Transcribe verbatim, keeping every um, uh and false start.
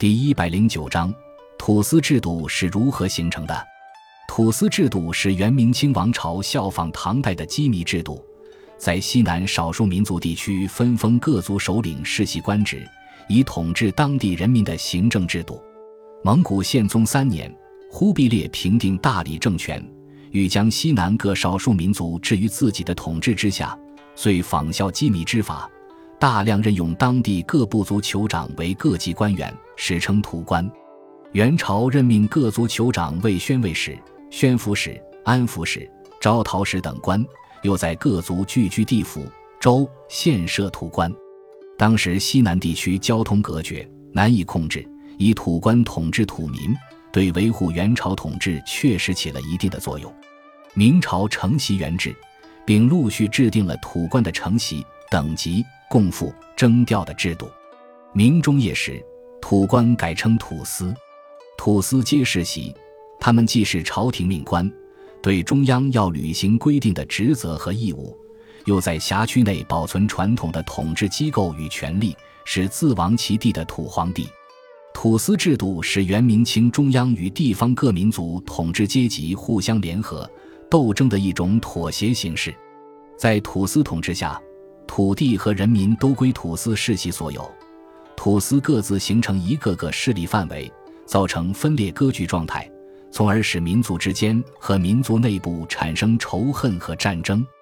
第一百零九章，土司制度是如何形成的？土司制度是元明清王朝效仿唐代的羁縻制度，在西南少数民族地区分封各族首领世袭官职，以统治当地人民的行政制度。蒙古宪宗三年，忽必烈平定大理政权，欲将西南各少数民族置于自己的统治之下，遂仿效羁縻之法，大量任用当地各部族酋长为各级官员，史称土官。元朝任命各族酋长为宣慰使、宣抚使、安抚使、招讨使等官，又在各族聚居地府、州、县设土官。当时西南地区交通隔绝，难以控制，以土官统治土民，对维护元朝统治确实起了一定的作用。明朝承袭元制，并陆续制定了土官的承袭、等级、供赋、征调的制度。明中叶时，土官改称土司。土司皆世袭，他们既是朝廷命官，对中央要履行规定的职责和义务，又在辖区内保存传统的统治机构与权力，是自亡其地的土皇帝。土司制度是元明清中央与地方各民族统治阶级互相联合斗争的一种妥协形式。在土司统治下，土地和人民都归土司世袭所有，土司各自形成一个个势力范围，造成分裂割据状态，从而使民族之间和民族内部产生仇恨和战争。